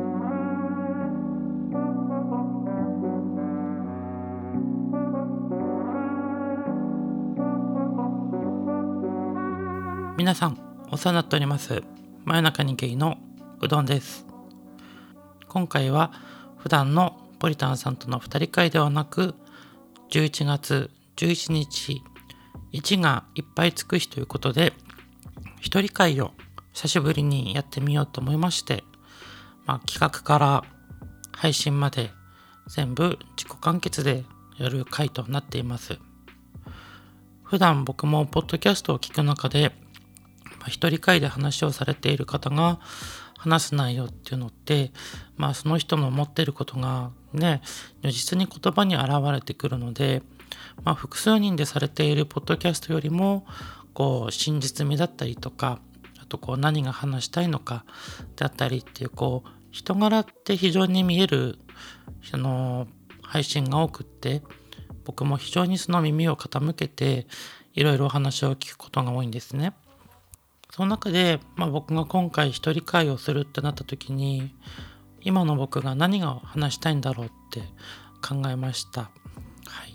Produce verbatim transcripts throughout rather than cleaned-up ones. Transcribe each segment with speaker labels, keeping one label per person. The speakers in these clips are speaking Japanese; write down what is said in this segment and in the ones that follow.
Speaker 1: 皆さんお世話になっております真夜中にゲイのうどんです。今回は普段のポリタンさんとの二人会ではなく、じゅういちがつじゅういちにちいちがいっぱいつく日ということで一人会を久しぶりにやってみようと思いまして、まあ、企画から配信まで全部自己完結でやる回となっています。普段僕もポッドキャストを聞く中で一人会で話をされている方が話す内容っていうのって、まあその人の持っていることがね、如実に言葉に現れてくるので、まあ複数人でされているポッドキャストよりも、こう真実味だったりとか、あとこう何が話したいのかだったりっていう、こう人柄って非常に見える、あの、配信が多くって、僕も非常にその耳を傾けて、いろいろお話を聞くことが多いんですね。その中で、まあ、僕が今回一人会をするってなった時に、今の僕が何が話したいんだろうって考えました。はい。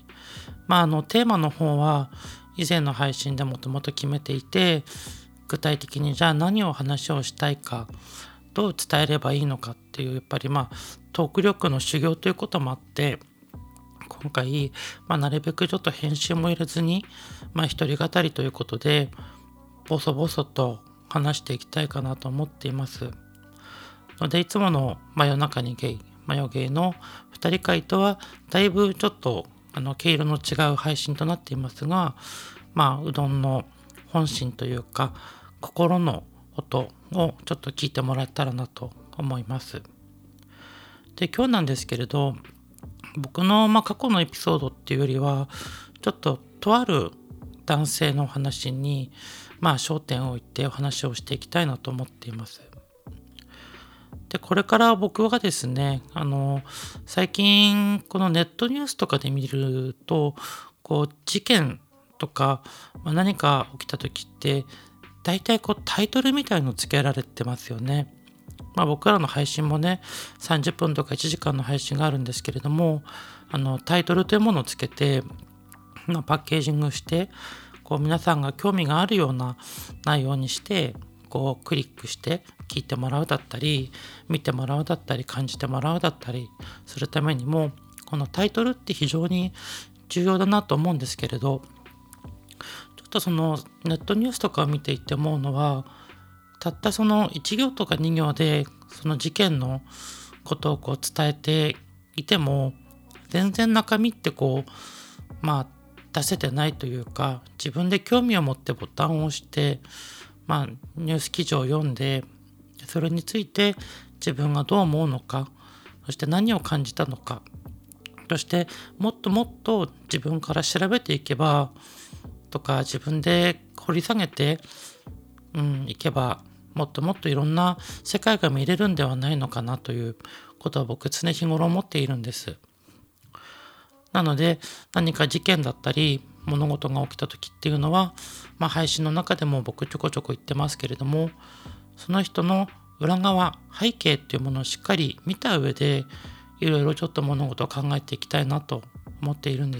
Speaker 1: まあ、あの、テーマの方は以前の配信でもともと決めていて、具体的にじゃあ何を話をしたいか、どう伝えればいいのかっていう、やっぱりまあ、トーク力の修行ということもあって、今回、まあ、なるべくちょっと編集も入れずに、まあ、一人語りということで、ボソボソと話していきたいかなと思っています。のでいつもの真夜中にゲイ、マヨゲイの二人会とはだいぶちょっとあの毛色の違う配信となっていますが、まあうどんの本心というか心の音をちょっと聞いてもらえたらなと思います。で、今日なんですけれど、僕のまあ過去のエピソードっていうよりはちょっととある男性の話にまあ焦点を置いてお話をしていきたいなと思っています。で、これから僕はですね、あの最近このネットニュースとかで見ると、こう事件とか、まあ、何か起きた時って大体こうタイトルみたいのつけられてますよね。まあ、僕らの配信もねさんじゅっぷんとかいちじかんの配信があるんですけれども、あのタイトルというものをつけて、まあ、パッケージングしてこう皆さんが興味があるような内容にしてこうクリックして聞いてもらうだったり見てもらうだったり感じてもらうだったりするためにも、このタイトルって非常に重要だなと思うんですけれど、ちょっとそのネットニュースとかを見ていて思うのは、たったそのいち行とかに行でその事件のことをこう伝えていても全然中身ってこうまあ出せてないというか、自分で興味を持ってボタンを押してまあニュース記事を読んで、それについて自分がどう思うのか、そして何を感じたのか、そしてもっともっと自分から調べていけばとか、自分で掘り下げてうんいけばもっともっといろんな世界が見れるんではないのかなということは僕常日頃思っているんです。なので何か事件だったり物事が起きた時っていうのは、まあ、配信の中でも僕ちょこちょこ言ってますけれども、その人の裏側背景っていうものをしっかり見た上でいろいろちょっと物事を考えていきたいなと思っているんです。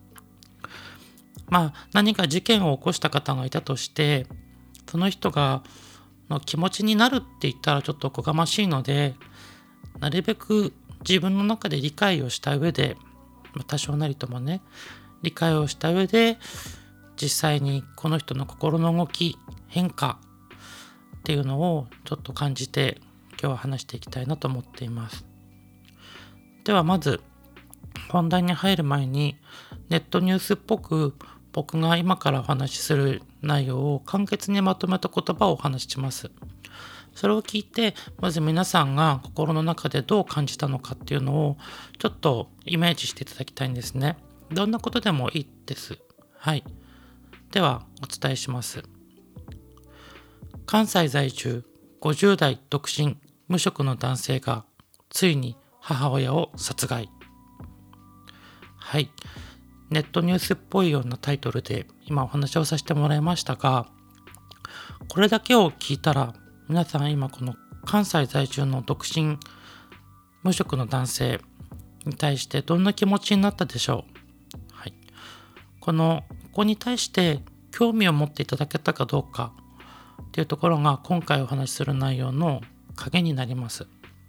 Speaker 1: まあ何か事件を起こした方がいたとして、その人がの気持ちになるって言ったらちょっとおこがましいので、なるべく自分の中で理解をした上で、多少なりともね理解をした上で実際にこの人の心の動き変化っていうのをちょっと感じて今日は話していきたいなと思っています。ではまず本題に入る前に、ネットニュースっぽく僕が今からお話しする内容を簡潔にまとめた言葉をお話しします。それを聞いて、まず皆さんが心の中でどう感じたのかっていうのをちょっとイメージしていただきたいんですね。どんなことでもいいです。はい。ではお伝えします。関西在住ごじゅう代独身無職の男性がついに母親を殺害。はい。ネットニュースっぽいようなタイトルで今お話をさせてもらいましたが、これだけを聞いたら皆さん今この関西在住の独身無職の男性に対してどんな気持ちになったでしょう。はい、このここに対して興味を持っていただけたかどうかっていうところが今回お話しする内容の影になります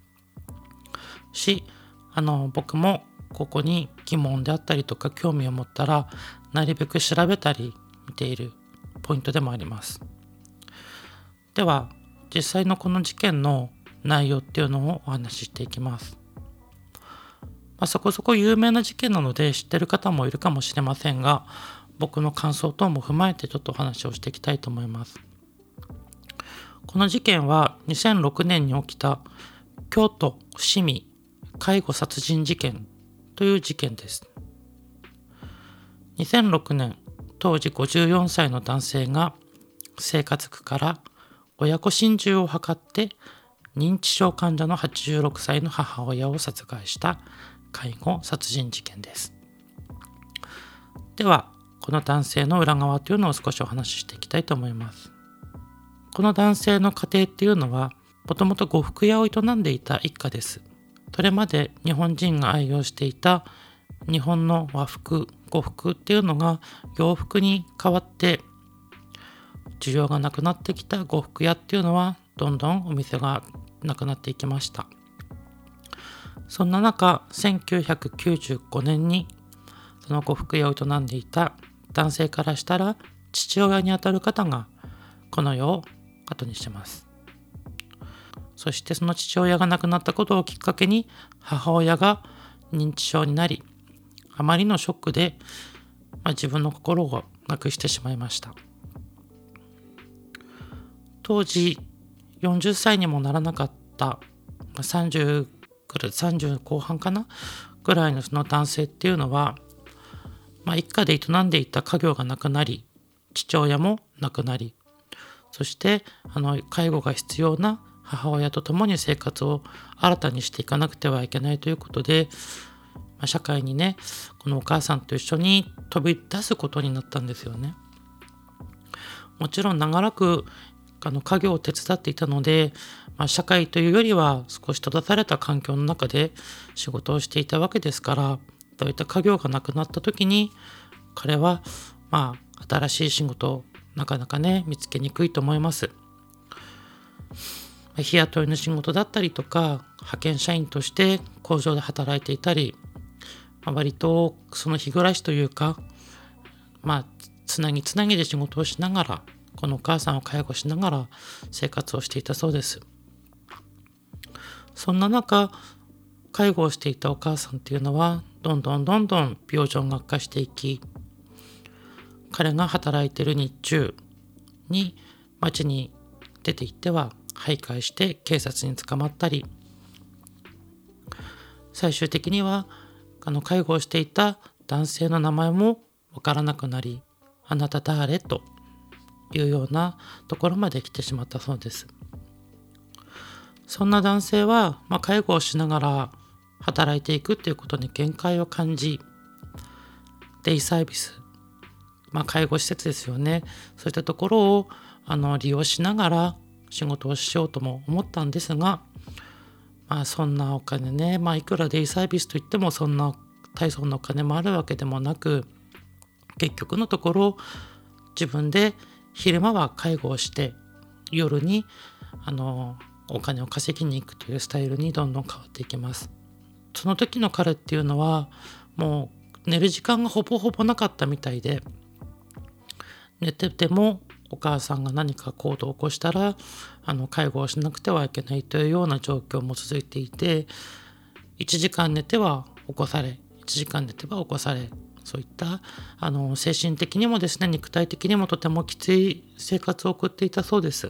Speaker 1: し、あの僕もここに疑問であったりとか興味を持ったらなるべく調べたり見ているポイントでもあります。では実際のこの事件の内容っていうのをお話ししていきます。まあ、そこそこ有名な事件なので知ってる方もいるかもしれませんが、僕の感想等も踏まえてちょっとお話をしていきたいと思います。この事件はにせんろくねんに起きた京都伏見介護殺人事件という事件です。にせんろくねん、当時ごじゅうよんさいの男性が生活苦から親子心中を図って認知症患者のはちじゅうろくさいの母親を殺害した介護殺人事件です。ではこの男性の裏側というのを少しお話ししていきたいと思います。この男性の家庭っていうのはもともと呉服屋を営んでいた一家です。それまで日本人が愛用していた日本の和服、呉服っていうのが洋服に変わって需要がなくなってきた呉服屋っていうのはどんどんお店がなくなっていきました。そんな中、せんきゅうひゃくきゅうじゅうごねんにその呉服屋を営んでいた男性からしたら父親にあたる方がこの世を後にしてます。そしてその父親が亡くなったことをきっかけに母親が認知症になり、あまりのショックで、まあ、自分の心をなくしてしまいました。当時よんじゅっさいにもならなかったさんじゅう、さんじゅう後半かなぐらいのその男性っていうのは、まあ、一家で営んでいた家業がなくなり、父親も亡くなり、そしてあの介護が必要な母親と共に生活を新たにしていかなくてはいけないということで、まあ、社会にねこのお母さんと一緒に飛び出すことになったんですよね。もちろん長らくあの家業を手伝っていたので、まあ、社会というよりは少し閉ざされた環境の中で仕事をしていたわけですから、そういった家業がなくなった時に彼はまあ新しい仕事をなかなかね見つけにくいと思います。日雇いの仕事だったりとか派遣社員として工場で働いていたり、まあ、割とその日暮らしというか、まあつなぎつなぎで仕事をしながらこのお母さんを介護しながら生活をしていたそうです。そんな中、介護をしていたお母さんっていうのはどんどんどんどん病状が悪化していき、彼が働いている日中に街に出て行っては徘徊して警察に捕まったり、最終的にはあの介護をしていた男性の名前もわからなくなり、あなた誰というようなところまで来てしまったそうです。そんな男性は、まあ、介護をしながら働いていくっていうことに限界を感じ、デイサービス、まあ、介護施設ですよね、そういったところをあの利用しながら仕事をしようとも思ったんですが、まあ、そんなお金ね、まあ、いくらデイサービスといってもそんな大層なお金もあるわけでもなく、結局のところ自分で昼間は介護をして夜にあのお金を稼ぎに行くというスタイルにどんどん変わっていきます。その時の彼っていうのはもう寝る時間がほぼほぼなかったみたいで、寝ててもお母さんが何か行動を起こしたらあの介護をしなくてはいけないというような状況も続いていて、いちじかん寝ては起こされ、いちじかん寝ては起こされ、そういったあの精神的にもですね、肉体的にもとてもきつい生活を送っていたそうです。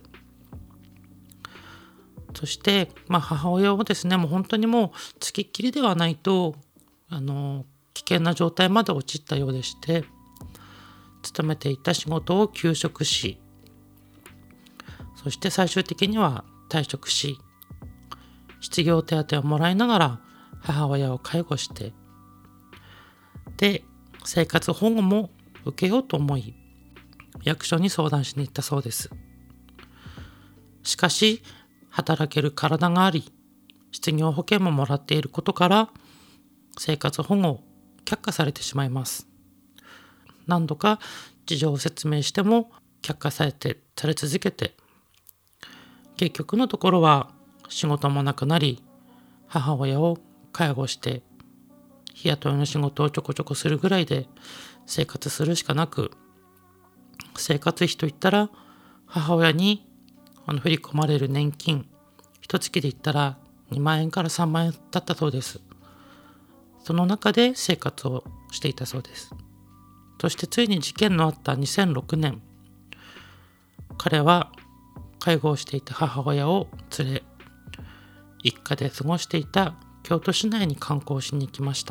Speaker 1: そして、まあ、母親をですね、もう本当にもうつきっきりではないとあの危険な状態まで陥ったようでして、勤めていた仕事を休職し、そして最終的には退職し、失業手当をもらいながら母親を介護して、で生活保護も受けようと思い役所に相談しに行ったそうです。しかし働ける体があり失業保険ももらっていることから生活保護を却下されてしまいます。何度か事情を説明しても却下されてされ続けて、結局のところは仕事もなくなり、母親を介護して日雇いの仕事をちょこちょこするぐらいで生活するしかなく、生活費といったら母親にあの振り込まれる年金一月で言ったらにまんえんからさんまんえんだったそうです。その中で生活をしていたそうです。そしてついに事件のあったにせんろくねん、彼は介護をしていた母親を連れ、一家で過ごしていた京都市内に観光しに行きました。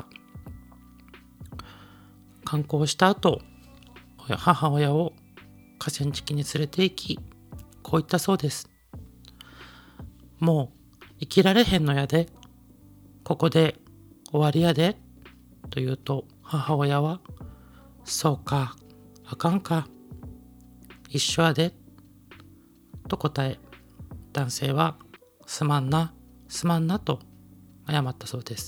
Speaker 1: 観光した後、母親を河川敷に連れて行き、こう言ったそうです。もう生きられへんのやで、ここで終わりやで、と言うと母親は、そうか、あかんか、一緒やで、と答え、男性はすまんな、すまんなと謝ったそうです。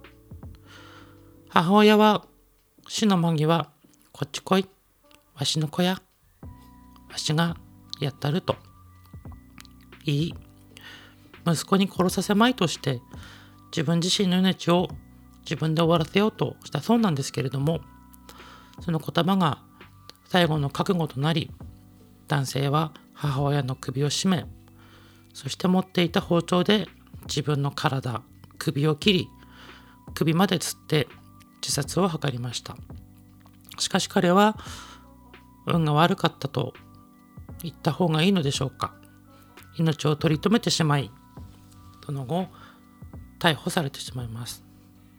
Speaker 1: 母親は死の間際、こっち来い、わしの子や、わしがやったると言い、息子に殺させまいとして自分自身の命を自分で終わらせようとしたそうなんですけれども、その言葉が最後の覚悟となり、男性は母親の首を絞め、そして持っていた包丁で自分の体、首を切り、首までつって自殺を図りました。しかし彼は運が悪かったと言った方がいいのでしょうか。命を取り留めてしまい、その後逮捕されてしまいます。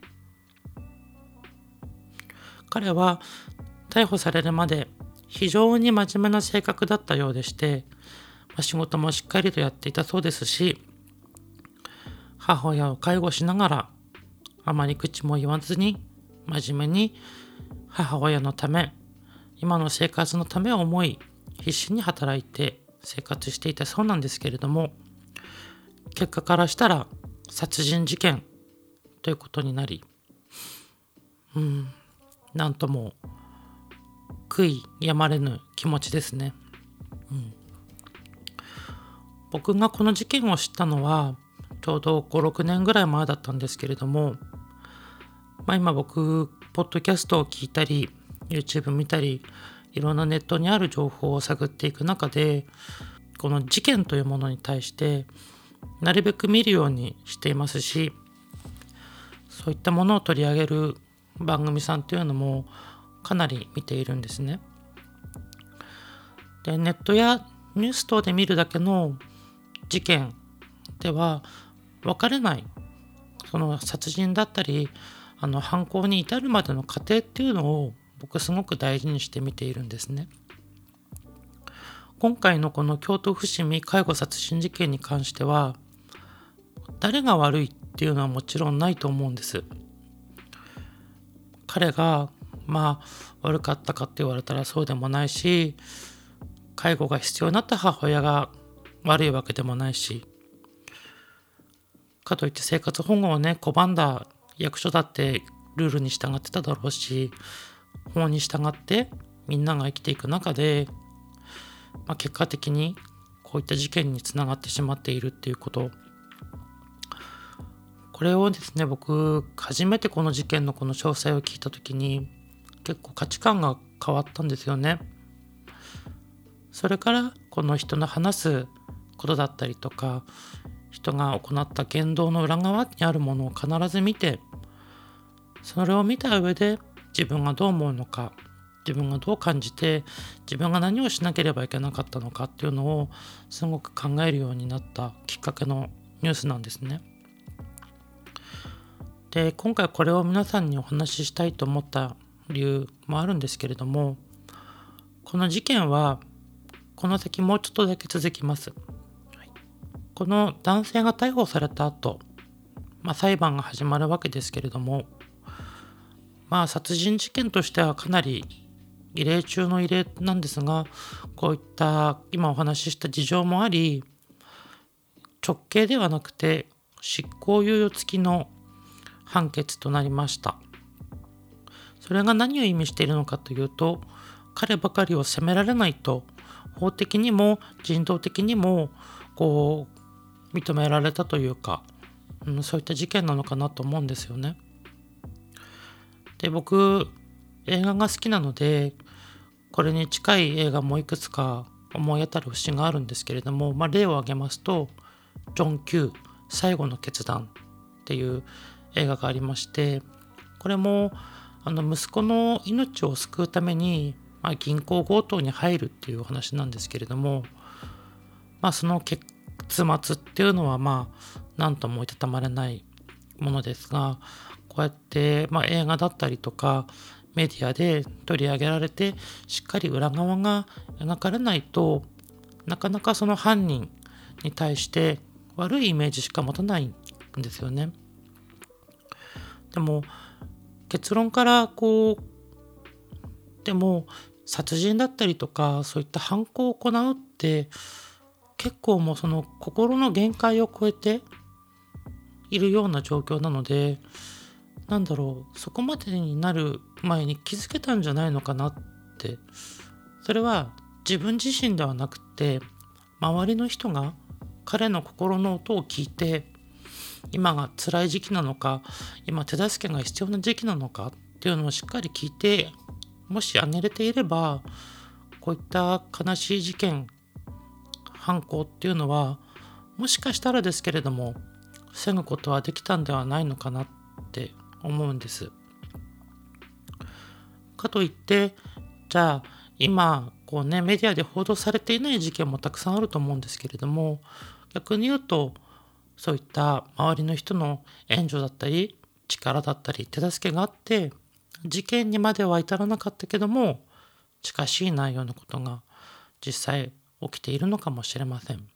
Speaker 1: 彼は逮捕されるまで非常に真面目な性格だったようでして、仕事もしっかりとやっていたそうですし、母親を介護しながらあまり口も言わずに真面目に母親のため、今の生活のためを思い必死に働いて生活していたそうなんですけれども、結果からしたら殺人事件ということになり、うん、なんとも悔いやまれぬ気持ちですね。うん、僕がこの事件を知ったのはちょうどご、ろくねんぐらい前だったんですけれども、まあ、今僕ポッドキャストを聞いたり YouTube 見たり、いろんなネットにある情報を探っていく中で、この事件というものに対してなるべく見るようにしていますし、そういったものを取り上げる番組さんというのもかなり見ているんですね。で、ネットやニュース等で見るだけの事件では分かれない、その殺人だったりあの犯行に至るまでの過程っていうのを僕すごく大事にして見ているんですね。今回のこの京都伏見介護殺人事件に関しては、誰が悪いっていうのはもちろんないと思うんです。彼がまあ悪かったかって言われたらそうでもないし、介護が必要になった母親が悪いわけでもないし、かといって生活保護をね拒んだ役所だってルールに従ってただろうし、法に従ってみんなが生きていく中で、まあ、結果的にこういった事件につながってしまっているっていうこと、これをですね、僕初めてこの事件のこの詳細を聞いた時に結構価値観が変わったんですよね。それからこの人の話すことだったりとか、人が行った言動の裏側にあるものを必ず見て、それを見た上で自分がどう思うのか、自分がどう感じて、自分が何をしなければいけなかったのかっていうのをすごく考えるようになったきっかけのニュースなんですね。で、今回これを皆さんにお話ししたいと思った理由もあるんですけれども、この事件はこの先もうちょっとだけ続きます。はい、この男性が逮捕された後、まあ、裁判が始まるわけですけれども、まあ殺人事件としてはかなり異例中の異例なんですが、こういった今お話しした事情もあり、直系ではなくて執行猶予付きの判決となりました。それが何を意味しているのかというと、彼ばかりを責められないと、法的にも人道的にもこう認められたというか、うん、そういった事件なのかなと思うんですよね。で、僕映画が好きなので、これに近い映画もいくつか思い当たる節があるんですけれども、まあ、例を挙げますとジョン・キュー最後の決断っていう映画がありまして、これもあの息子の命を救うために、まあ、銀行強盗に入るっていうお話なんですけれども、まあ、その結末っていうのはまあ何ともいたたまれないものですが、こうやって、まあ、映画だったりとかメディアで取り上げられてしっかり裏側が描かれないと、なかなかその犯人に対して悪いイメージしか持たないんですよね。でも結論からこうでも殺人だったりとかそういった犯行を行うって結構もうその心の限界を超えているような状況なので、なんだろう、そこまでになる前に気づけたんじゃないのかなって。それは自分自身ではなくて、周りの人が彼の心の音を聞いて、今が辛い時期なのか、今手助けが必要な時期なのかっていうのをしっかり聞いて、もしあげれていれば、こういった悲しい事件、犯行っていうのはもしかしたらですけれども防ぐことはできたんではないのかなって思うんです。かといってじゃあ今こうねメディアで報道されていない事件もたくさんあると思うんですけれども、逆に言うとそういった周りの人の援助だったり力だったり手助けがあって事件にまでは至らなかったけども近しい内容のことが実際起きているのかもしれません。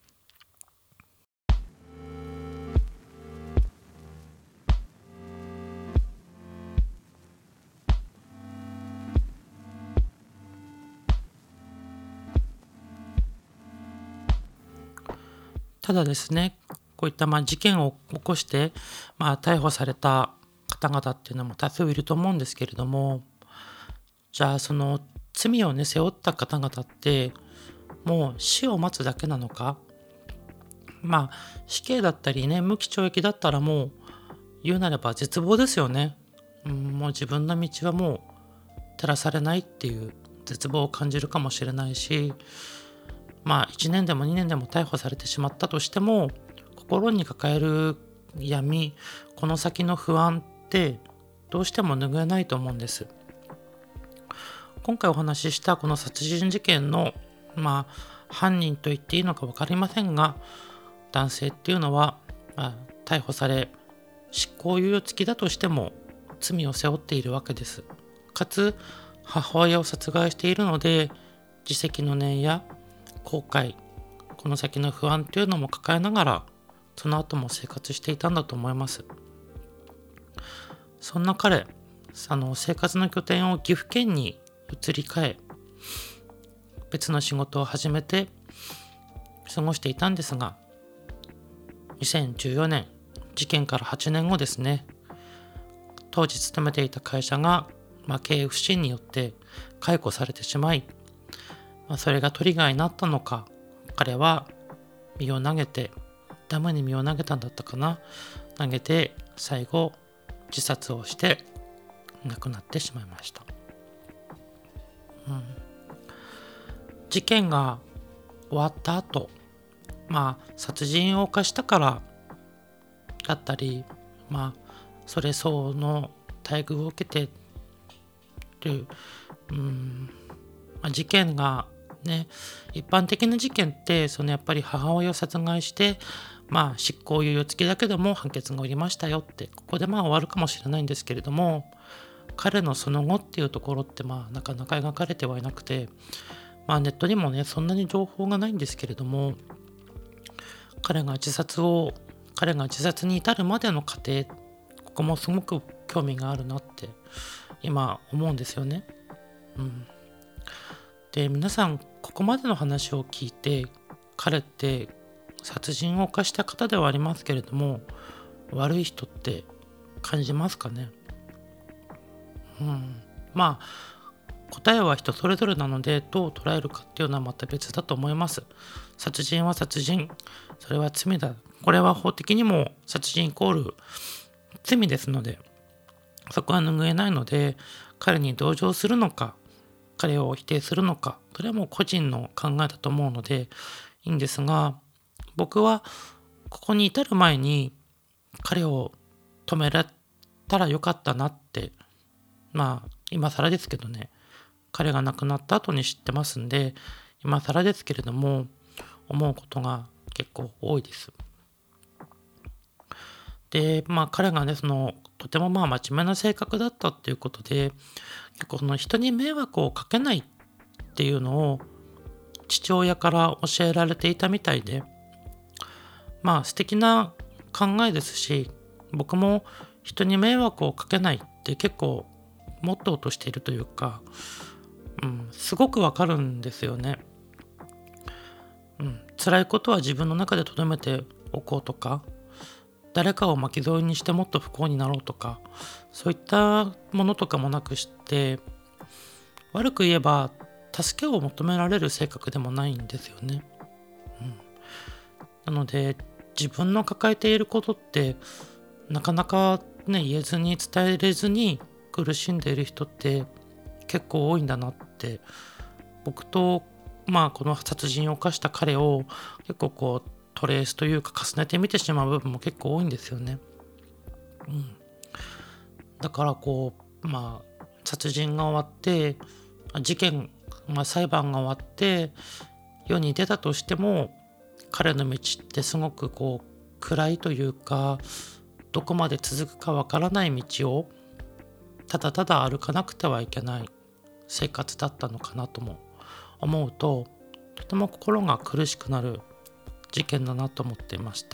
Speaker 1: ただですね、こういったまあ事件を起こして、まあ、逮捕された方々っていうのも多数いると思うんですけれども、じゃあその罪をね背負った方々ってもう死を待つだけなのか。まあ死刑だったりね無期懲役だったらもう言うなれば絶望ですよね。うん、もう自分の道はもう照らされないっていう絶望を感じるかもしれないし、まあいちねんでもにねんでも逮捕されてしまったとしても心に抱える闇、この先の不安ってどうしても拭えないと思うんです。今回お話ししたこの殺人事件のまあ犯人と言っていいのか分かりませんが、男性っていうのは、まあ、逮捕され執行猶予付きだとしても罪を背負っているわけです。かつ母親を殺害しているので自責の念や後悔、この先の不安というのも抱えながらその後も生活していたんだと思います。そんな彼、あの生活の拠点を岐阜県に移り変え別の仕事を始めて過ごしていたんですが、にせんじゅうよねん事件からはちねんごですね、当時勤めていた会社が、まあ、経営不振によって解雇されてしまい、まあ、それがトリガーになったのか、彼は身を投げてダムに身を投げたんだったかな、投げて最後自殺をして亡くなってしまいました。うん、事件が終わった後、まあ殺人を犯したからだったり、まあそれ相応の待遇を受けてという、うんまあ、事件がね、一般的な事件ってそのやっぱり母親を殺害してまあ執行猶予付きだけども判決が下りましたよってここでまあ終わるかもしれないんですけれども、彼のその後っていうところってまあなかなか描かれてはいなくて、まあネットにもねそんなに情報がないんですけれども、彼が自殺を彼が自殺に至るまでの過程、ここもすごく興味があるなって今思うんですよね。うん、で皆さんここまでの話を聞いて彼って殺人を犯した方ではありますけれども、悪い人って感じますかね。うん、まあ答えは人それぞれなので、どう捉えるかっていうのはまた別だと思います。殺人は殺人、それは罪だ。これは法的にも殺人イコール罪ですので、そこは拭えないので、彼に同情するのか、彼を否定するのか、それはもう個人の考えだと思うのでいいんですが、僕はここに至る前に彼を止められたらよかったなって、まあ今更ですけどね、彼が亡くなった後に知ってますんで、今更ですけれども思うことが結構多いです。で、まあ彼がね、そのとてもまあ真面目な性格だったっていうことで、結構その人に迷惑をかけないっていうのを父親から教えられていたみたいで、まあ素敵な考えですし、僕も人に迷惑をかけないって結構モットーとしているというか、うん、すごくわかるんですよね。うん、辛いことは自分の中で留めておこうとか、誰かを巻き添えにしてもっと不幸になろうとか、そういったものとかもなくして、悪く言えば助けを求められる性格でもないんですよね。うん、なので自分の抱えていることってなかなかね言えずに伝えれずに苦しんでいる人って結構多いんだなって、僕とまあこの殺人を犯した彼を結構こうトレースというか重ねて見てしまう部分も結構多いんですよね。うん、だからこうまあ殺人が終わって事件、まあ、裁判が終わって世に出たとしても、彼の道ってすごくこう暗いというか、どこまで続くかわからない道をただただ歩かなくてはいけない生活だったのかなとも思うと、とても心が苦しくなる事件だなと思っていました。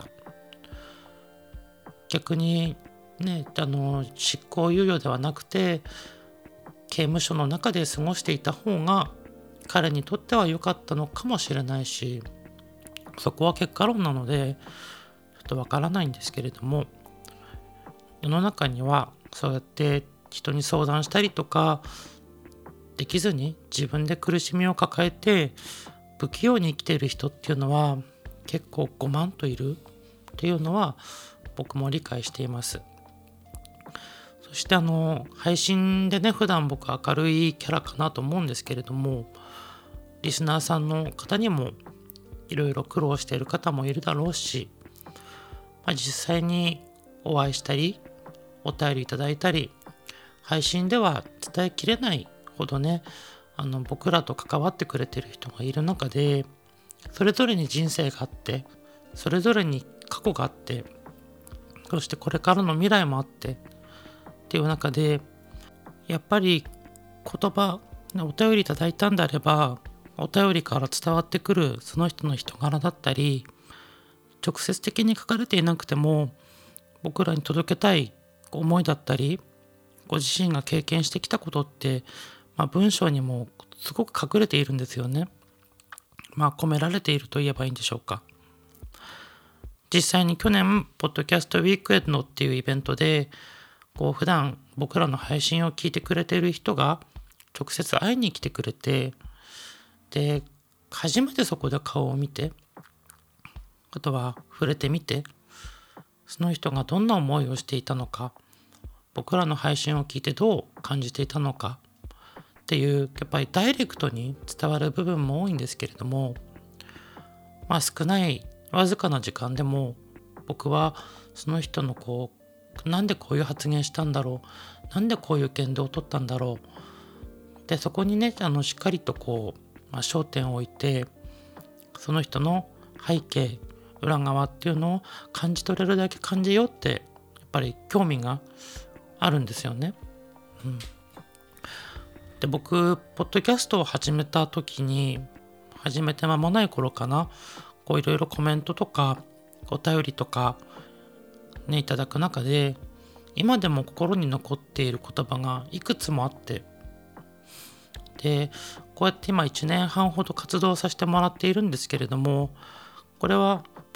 Speaker 1: 逆にね、あの執行猶予ではなくて刑務所の中で過ごしていた方が彼にとっては良かったのかもしれないし、そこは結果論なのでちょっとわからないんですけれども、世の中にはそうやって人に相談したりとかできずに自分で苦しみを抱えて不器用に生きている人っていうのは結構ごまんといるっていうのは僕も理解しています。そしてあの配信でね、普段僕明るいキャラかなと思うんですけれども、リスナーさんの方にもいろいろ苦労している方もいるだろうし、まあ、実際にお会いしたりお便りいただいたり、配信では伝えきれないほどね、あの僕らと関わってくれてる人がいる中で、それぞれに人生があって、それぞれに過去があって、そしてこれからの未来もあってっていう中で、やっぱり言葉、お便りいただいたんであれば、お便りから伝わってくるその人の人柄だったり、直接的に書かれていなくても僕らに届けたい思いだったり、ご自身が経験してきたことって、まあ、文章にもすごく隠れているんですよね。まあ込められていると言えばいいんでしょうか。実際に去年ポッドキャストウィークエンドっていうイベントで、こう普段僕らの配信を聞いてくれている人が直接会いに来てくれて、で初めてそこで顔を見て、あとは触れてみて、その人がどんな思いをしていたのか、僕らの配信を聞いてどう感じていたのかっていう、やっぱりダイレクトに伝わる部分も多いんですけれども、まあ少ないわずかな時間でも僕はその人のこうなんでこういう発言したんだろう、なんでこういう言動を取ったんだろう、でそこにね、あのしっかりとこう、まあ、焦点を置いて、その人の背景裏側っていうのを感じ取れるだけ感じようって、やっぱり興味があるんですよね。うん、で僕ポッドキャストを始めた時に、始めて間もない頃かな、こういろいろコメントとかお便りとかねいただく中で、今でも心に残っている言葉がいくつもあって、でこうやって今いちねんはんほど活動させてもらっているんですけれども、これは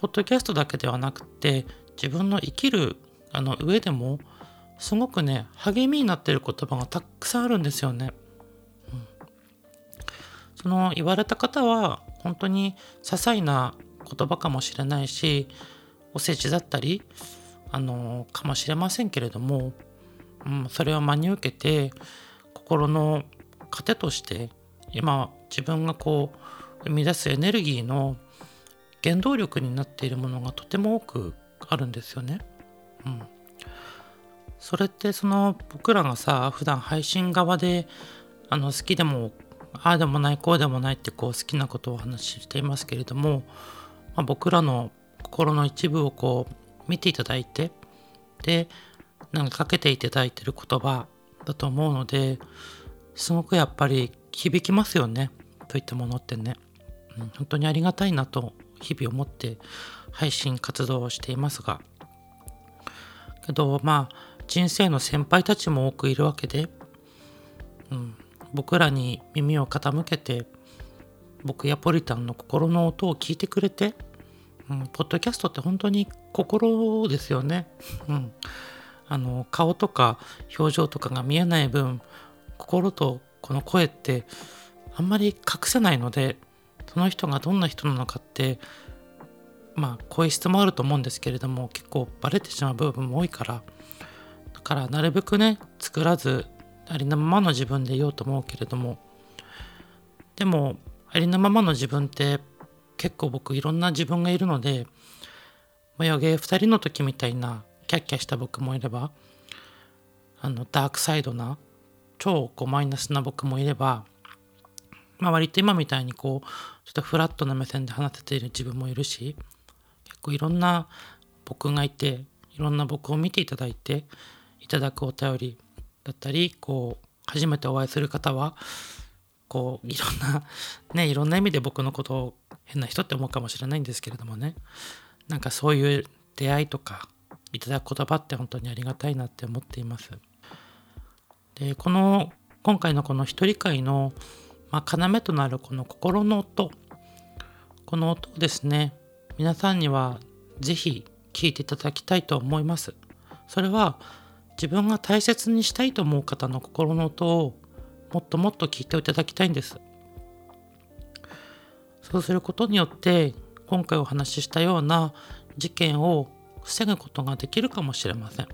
Speaker 1: ポッドキャストだけではなくて、自分の生きるあの上でもすごくね、励みになっている言葉がたくさんあるんですよね。うん、その言われた方は本当に些細な言葉かもしれないし、お世辞だったりあのかもしれませんけれども、うん、それを真に受けて心の糧として今自分がこう生み出すエネルギーの原動力になっているものがとても多くあるんですよね。うん、それってその僕らがさ普段配信側であの好きでもああでもないこうでもないってこう好きなことをお話ししていますけれども、まあ、僕らの心の一部をこう見ていただいて、でなんかかけていただいている言葉だと思うので、すごくやっぱり響きますよね、といったものってね。うん、本当にありがたいなと日々思って配信活動をしていますが、けどまあ人生の先輩たちも多くいるわけで、うん、僕らに耳を傾けて僕やポリタンの心の音を聞いてくれて、うん、ポッドキャストって本当に心ですよね。うん、あの顔とか表情とかが見えない分、心とこの声ってあんまり隠せないので、その人がどんな人なのかってまあ声質もあると思うんですけれども、結構バレてしまう部分も多いから、だからなるべくね作らずありのままの自分でいようと思うけれども、でもありのままの自分って結構僕いろんな自分がいるので、ヨゲふたりの時みたいなキャッキャした僕もいれば、あのダークサイドな超こうマイナスな僕もいれば、まあ、割と今みたいにこうちょっとフラットな目線で話せている自分もいるし、結構いろんな僕がいて、いろんな僕を見ていただいていただくお便りだったり、こう初めてお会いする方はこういろんなねいろんな意味で僕のことを変な人って思うかもしれないんですけれどもね、なんかそういう出会いとかいただく言葉って本当にありがたいなって思っています。でこの今回のこの一人会の、まあ、要となるこの心の音、この音をですね、皆さんにはぜひ聞いていただきたいと思います。それは自分が大切にしたいと思う方の心の音をもっともっと聞いていただきたいんです。そうすることによって今回お話ししたような事件を防ぐことができるかもしれません。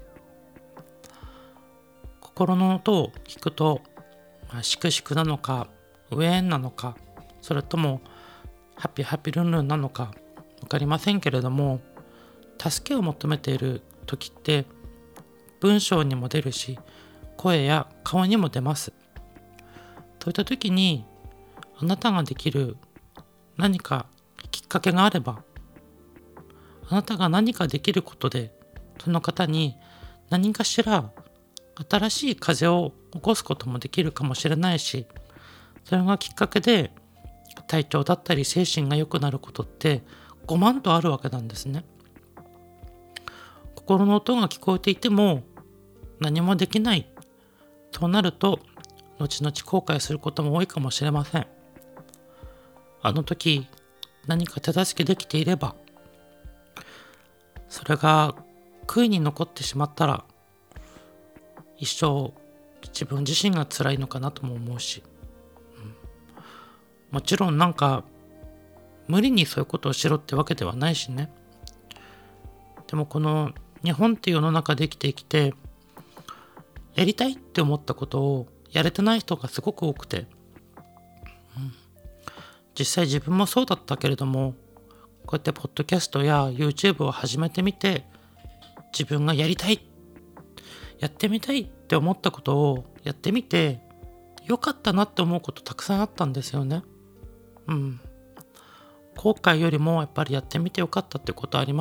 Speaker 1: 心の音を聞くと、まあ、しくしくなのかウェーンなのか、それともハッピーハッピールンルンなのか分かりませんけれども、助けを求めている時って文章にも出るし声や顔にも出ます。そういった時にあなたができる何かきっかけがあれば、あなたが何かできることでその方に何かしら新しい風を起こすこともできるかもしれないし、それがきっかけで体調だったり精神が良くなることってごまんとあるわけなんですね。心の音が聞こえていても何もできない、そうなると後々後悔することも多いかもしれません。あの時何か手助けできていれば、それが悔いに残ってしまったら一生自分自身が辛いのかなとも思うし、うん、もちろんなんか無理にそういうことをしろってわけではないしね。でもこの日本っていう世の中で生きてきて、やりたいって思ったことをやれてない人がすごく多くて、うん、実際自分もそうだったけれども、こうやってポッドキャストや YouTube を始めてみて、自分がやりたい、やってみたいって思ったことをやってみてよかったなって思うことたくさんあったんですよね。うん。後悔よりもやっぱりやってみてよかったってことあります。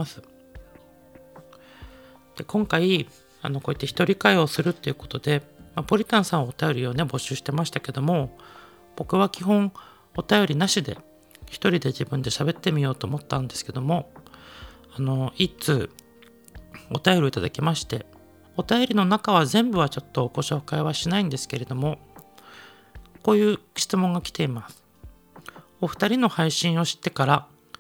Speaker 1: で今回あのこうやって一人会をするっていうことで、まあ、ポリタンさんはお便りをね募集してましたけども、僕は基本お便りなしで一人で自分で喋ってみようと思ったんですけども、あの一通お便りをいただきまして、お便りの中は全部はちょっとご紹介はしないんですけれども、こういう質問が来ています。お二人の配信を知ってから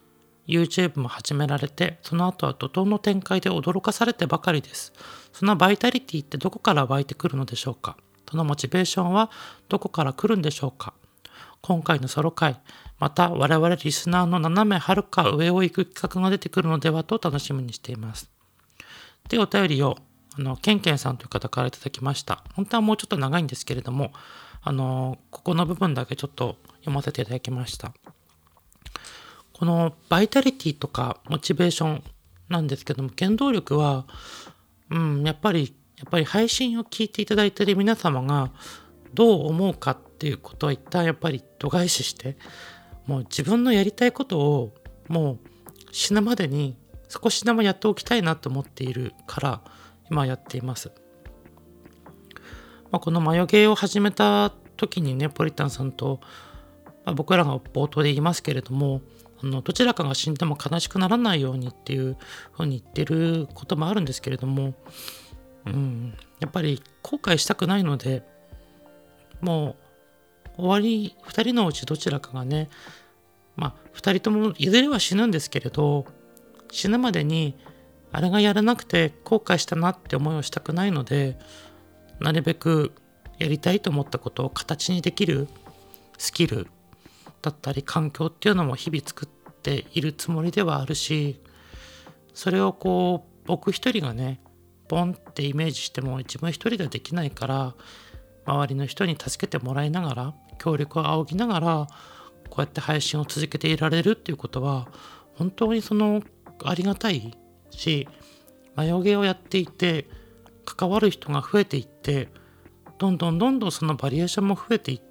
Speaker 1: YouTube も始められて、その後は怒涛の展開で驚かされてばかりです。そのバイタリティってどこから湧いてくるのでしょうか。そのモチベーションはどこから来るんでしょうか。今回のソロ回、また我々リスナーの斜めはるか上を行く企画が出てくるのではと楽しみにしています。で、お便りを、あの、ケンケンさんという方からいただきました。本当はもうちょっと長いんですけれども、あの、ここの部分だけちょっと読ませていただきました。このバイタリティとかモチベーションなんですけども、原動力は、うん、やっぱり、やっぱり配信を聞いていただいている皆様がどう思うかっていうことは一旦やっぱり度外視して、もう自分のやりたいことをもう死ぬまでに少しでもやっておきたいなと思っているから今やっています。まあ、このマヨゲーを始めた時にね、ポリタンさんと、まあ、僕らが冒頭で言いますけれども、あのどちらかが死んでも悲しくならないようにっていうふうに言ってることもあるんですけれども、うん、やっぱり後悔したくないので、もう終わりふたりのうちどちらかがね、まあふたりともいずれは死ぬんですけれど、死ぬまでにあれがやらなくて後悔したなって思いをしたくないので、なるべくやりたいと思ったことを形にできるスキルだったり環境っていうのも日々作っているつもりではあるし、それをこう僕一人がねボンってイメージしても自分一人ではできないから、周りの人に助けてもらいながら協力を仰ぎながらこうやって配信を続けていられるっていうことは本当にそのありがたいし、マヨゲーをやっていて関わる人が増えていって、どんどんどんどんそのバリエーションも増えていって、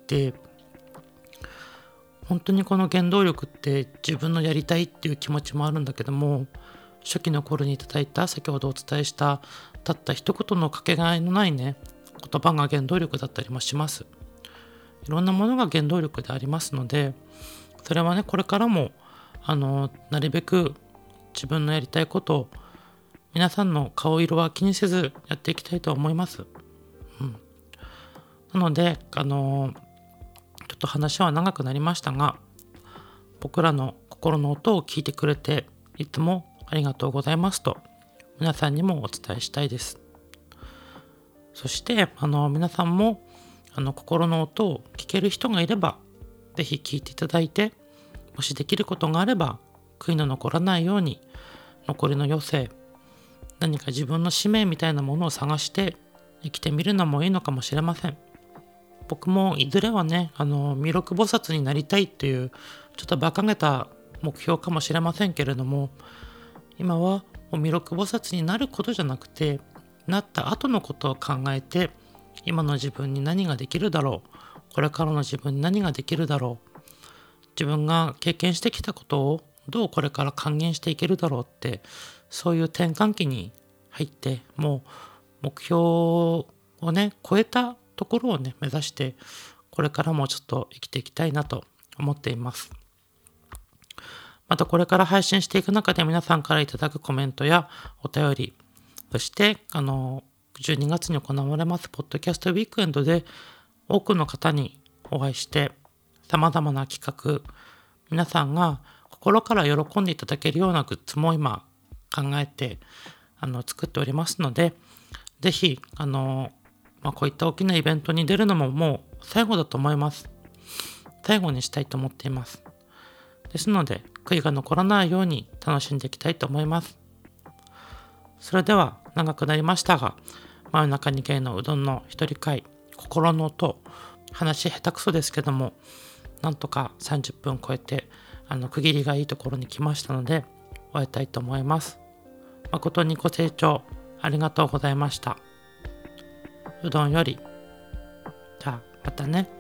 Speaker 1: 本当にこの原動力って自分のやりたいっていう気持ちもあるんだけども、初期の頃にいただいた先ほどお伝えしたたった一言のかけがえのないね言葉が原動力だったりもします。いろんなものが原動力でありますので、それはねこれからもあのなるべく自分のやりたいことを皆さんの顔色は気にせずやっていきたいと思います。うん、なのであのちょっと話は長くなりましたが、僕らの心の音を聞いてくれていつもありがとうございますと皆さんにもお伝えしたいです。そしてあの皆さんもあの心の音を聞ける人がいればぜひ聞いていただいて、もしできることがあれば悔いの残らないように残りの余生、何か自分の使命みたいなものを探して生きてみるのもいいのかもしれません。僕もいずれはね、あの弥勒菩薩になりたいっていうちょっと馬鹿げた目標かもしれませんけれども、今はもう弥勒菩薩になることじゃなくて、なった後のことを考えて、今の自分に何ができるだろう、これからの自分に何ができるだろう、自分が経験してきたことをどうこれから還元していけるだろうって、そういう転換期に入って、もう目標をね超えたところをね目指してこれからもちょっと生きていきたいなと思っています。またこれから配信していく中で皆さんからいただくコメントやお便り、そしてあのじゅうにがつに行われますポッドキャストウィークエンドで多くの方にお会いして様々な企画、皆さんが心から喜んでいただけるようなグッズも今考えてあの作っておりますので、ぜひあのまあ、こういった大きなイベントに出るのももう最後だと思います。最後にしたいと思っています。ですので悔いが残らないように楽しんでいきたいと思います。それでは長くなりましたが、真夜中に系のうどんの一人会、心の音、話下手くそですけどもなんとかさんじゅっぷん超えてあの区切りがいいところに来ましたので終えたいと思います。誠にご清聴ありがとうございました。うどんより。じゃあまたね。